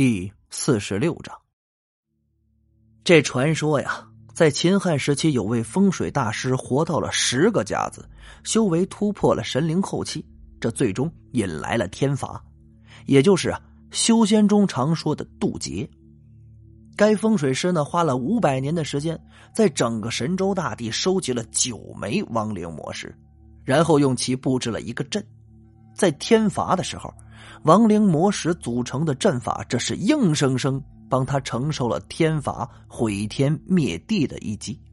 第46章。这传说呀，在秦汉时期有位风水大师活到了10个甲子，修为突破了神灵后期，这最终引来了天罚，也就是修仙中常说的渡劫。该风水师呢，花了500年的时间，在整个神州大地收集了9枚亡灵魔石，然后用其布置了一个阵。在天罚的时候，亡灵魔石组成的阵法，这是硬生生帮他承受了天罚毁天灭地的一击。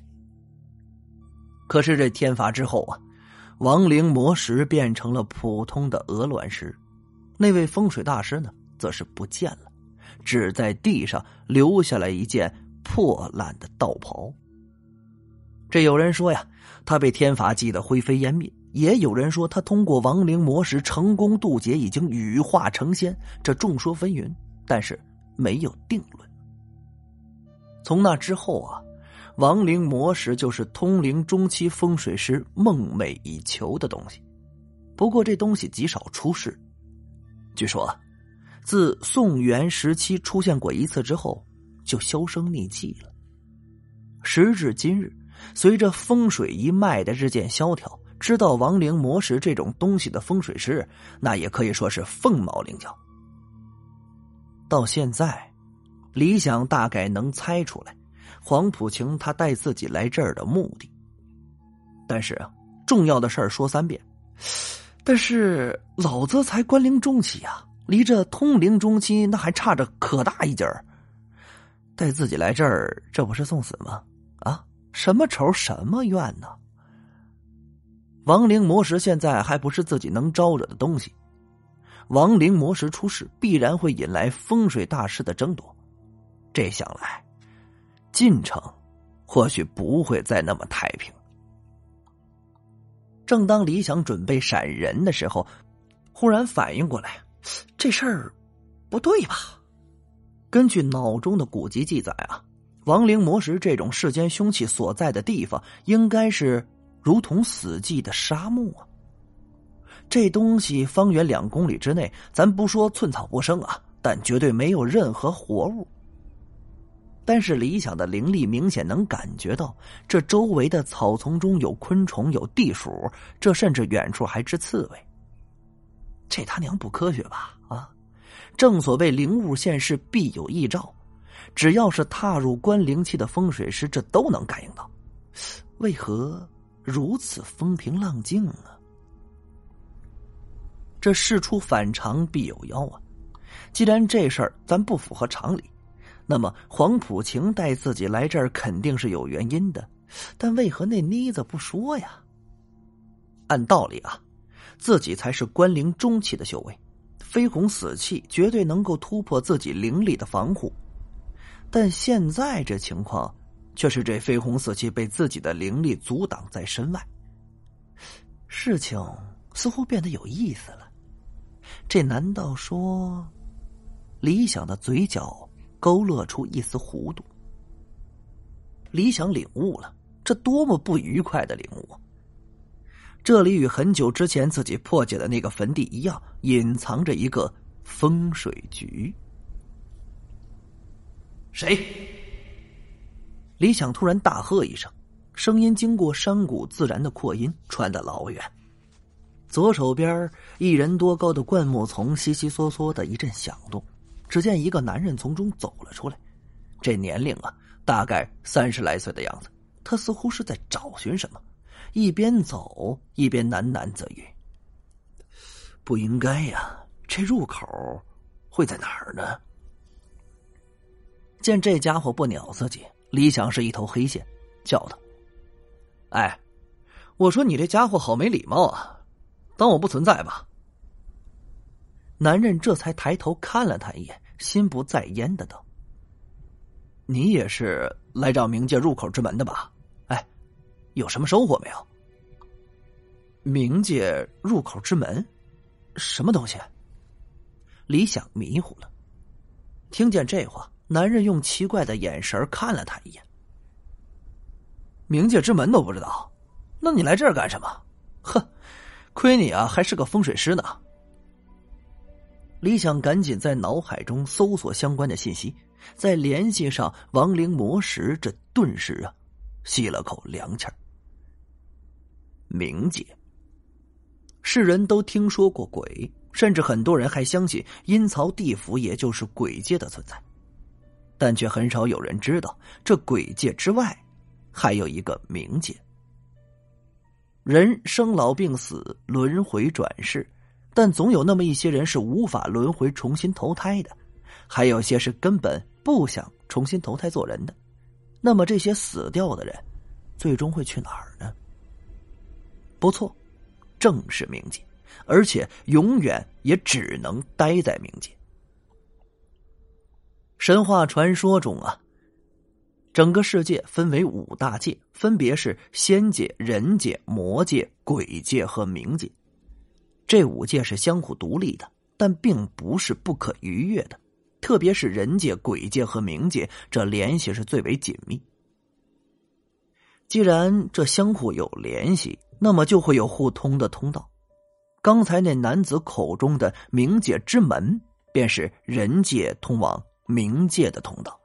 可是这天罚之后啊，亡灵魔石变成了普通的鹅卵石，那位风水大师呢，则是不见了，只在地上留下了一件破烂的道袍。这有人说呀，他被天罚击得灰飞烟灭，也有人说他通过亡灵魔石成功渡劫，已经羽化成仙，这众说纷纭，但是没有定论。从那之后啊，亡灵魔石就是通灵中期风水师梦寐以求的东西。不过这东西极少出世，据说自宋元时期出现过一次之后，就销声匿迹了。时至今日，随着风水一脉的日渐萧条，知道亡灵魔石这种东西的风水师，那也可以说是凤毛麟角。到现在，李想大概能猜出来黄埔晴他带自己来这儿的目的。但是重要的事儿说3遍。但是老子才关灵中期啊，离这通灵中期那还差着可大一截儿。带自己来这儿，这不是送死吗？啊，什么仇什么怨呢？亡灵魔石现在还不是自己能招惹的东西，亡灵魔石出世必然会引来风水大师的争夺，这想来进程或许不会再那么太平。正当李想准备闪人的时候，忽然反应过来，这事儿不对吧？根据脑中的古籍记载啊，亡灵魔石这种世间凶器所在的地方，应该是如同死寂的沙漠啊。这东西方圆2公里之内，咱不说寸草不生啊，但绝对没有任何活物。但是李想的灵力明显能感觉到，这周围的草丛中有昆虫，有地鼠，这甚至远处还知刺猬。这他娘不科学吧？啊！正所谓灵物现世必有异兆，只要是踏入观灵期的风水师，这都能感应到。为何如此风平浪静呢？这事出反常必有妖啊！既然这事儿咱不符合常理，那么黄埔晴带自己来这儿肯定是有原因的，但为何那妮子不说呀？按道理啊，自己才是关灵中期的修为，绯红死气绝对能够突破自己灵力的防护，但现在这情况却是这绯红死气被自己的灵力阻挡在身外。事情似乎变得有意思了，这难道说……李想的嘴角勾勒出一丝弧度。李想领悟了，这多么不愉快的领悟！这里与很久之前自己破解的那个坟地一样，隐藏着一个风水局。谁？李想突然大喝一声，声音经过山谷自然的扩音，传得老远。左手边1人多高的灌木丛悉悉嗦嗦的一阵响动，只见一个男人从中走了出来，这年龄啊，大概30来岁的样子。他似乎是在找寻什么，一边走一边喃喃自语：不应该呀，这入口会在哪儿呢？见这家伙不鸟自己，李想是一头黑线，叫道：哎，我说你这家伙好没礼貌啊，当我不存在吧？男人这才抬头看了他一眼，心不在焉的道：你也是来找冥界入口之门的吧？哎，有什么收获没有？冥界入口之门？什么东西？李想迷糊了。听见这话，男人用奇怪的眼神看了他一眼。冥界之门都不知道，那你来这儿干什么？哼，亏你啊还是个风水师呢。 李想赶紧在脑海中搜索相关的信息，再联系上亡灵魔石，这顿时吸了口凉气儿。冥界，世人都听说过鬼，甚至很多人还相信阴曹地府也就是鬼界的存在，但却很少有人知道这鬼界之外还有一个冥界。人生老病死，轮回转世，但总有那么一些人是无法轮回重新投胎的，还有些是根本不想重新投胎做人的。那么这些死掉的人最终会去哪儿呢？不错，正是冥界，而且永远也只能待在冥界。神话传说中整个世界分为5大界，分别是仙界、人界、魔界、鬼界和冥界。这5界是相互独立的，但并不是不可逾越的，特别是人界、鬼界和冥界，这联系是最为紧密。既然这相互有联系，那么就会有互通的通道。刚才那男子口中的冥界之门，便是人界通往冥界的通道。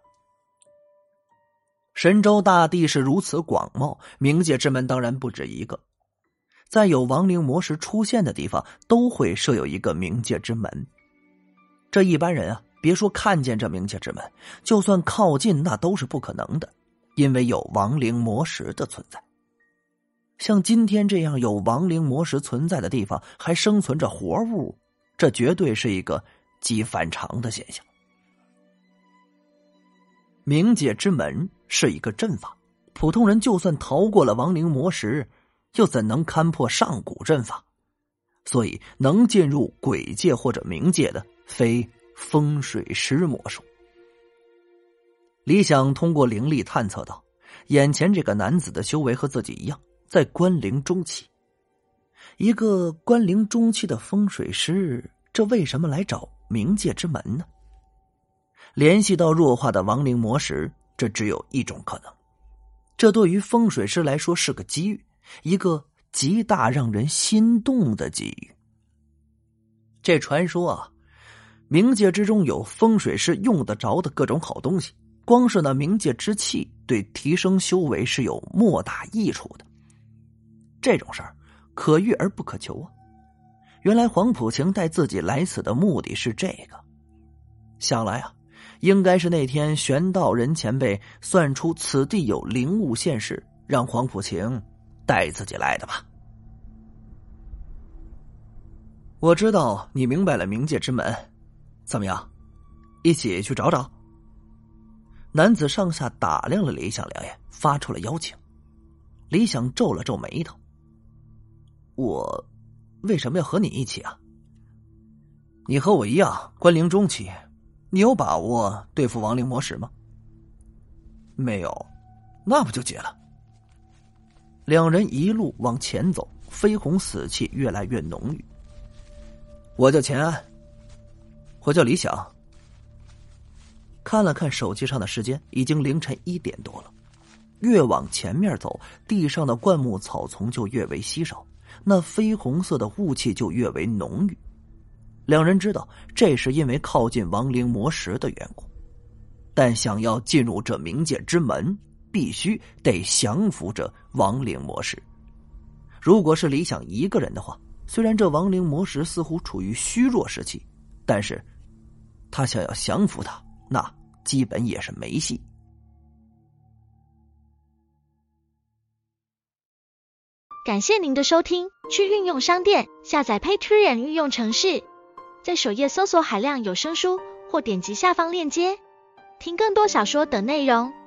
神州大地是如此广袤，冥界之门当然不止一个。在有亡灵魔石出现的地方，都会设有一个冥界之门。这一般人别说看见这冥界之门，就算靠近那都是不可能的，因为有亡灵魔石的存在。像今天这样有亡灵魔石存在的地方，还生存着活物，这绝对是一个极反常的现象。冥界之门是一个阵法，普通人就算逃过了亡灵魔石，又怎能勘破上古阵法？所以能进入鬼界或者冥界的，非风水师莫属。李想通过灵力探测到，眼前这个男子的修为和自己一样，在关灵中期。一个关灵中期的风水师，这为什么来找冥界之门呢？联系到弱化的亡灵魔石，这只有一种可能。这对于风水师来说是个机遇，一个极大让人心动的机遇。这传说冥界之中有风水师用得着的各种好东西，光是那冥界之气对提升修为是有莫大益处的。这种事儿可遇而不可求原来黄埔晴带自己来此的目的是这个。想来应该是那天玄道人前辈算出此地有灵物现世，让黄埔晴带自己来的吧。我知道你明白了冥界之门，怎么样，一起去找找？男子上下打量了李想两眼，发出了邀请。李想皱了皱眉头，我为什么要和你一起你和我一样关灵中期，你有把握对付亡灵魔石吗？没有，那不就结了？两人一路往前走，绯红死气越来越浓郁。我叫钱安，我叫李想。看了看手机上的时间，已经凌晨1点多了。越往前面走，地上的灌木草丛就越为稀少，那绯红色的雾气就越为浓郁。两人知道这是因为靠近亡灵魔石的缘故，但想要进入这冥界之门，必须得降服这亡灵魔石。如果是李想一个人的话，虽然这亡灵魔石似乎处于虚弱时期，但是他想要降服他，那基本也是没戏。 感谢您的收听，去运用商店下载 Patreon 运用程式，在首页搜索海量有声书，或点击下方链接听更多小说等内容。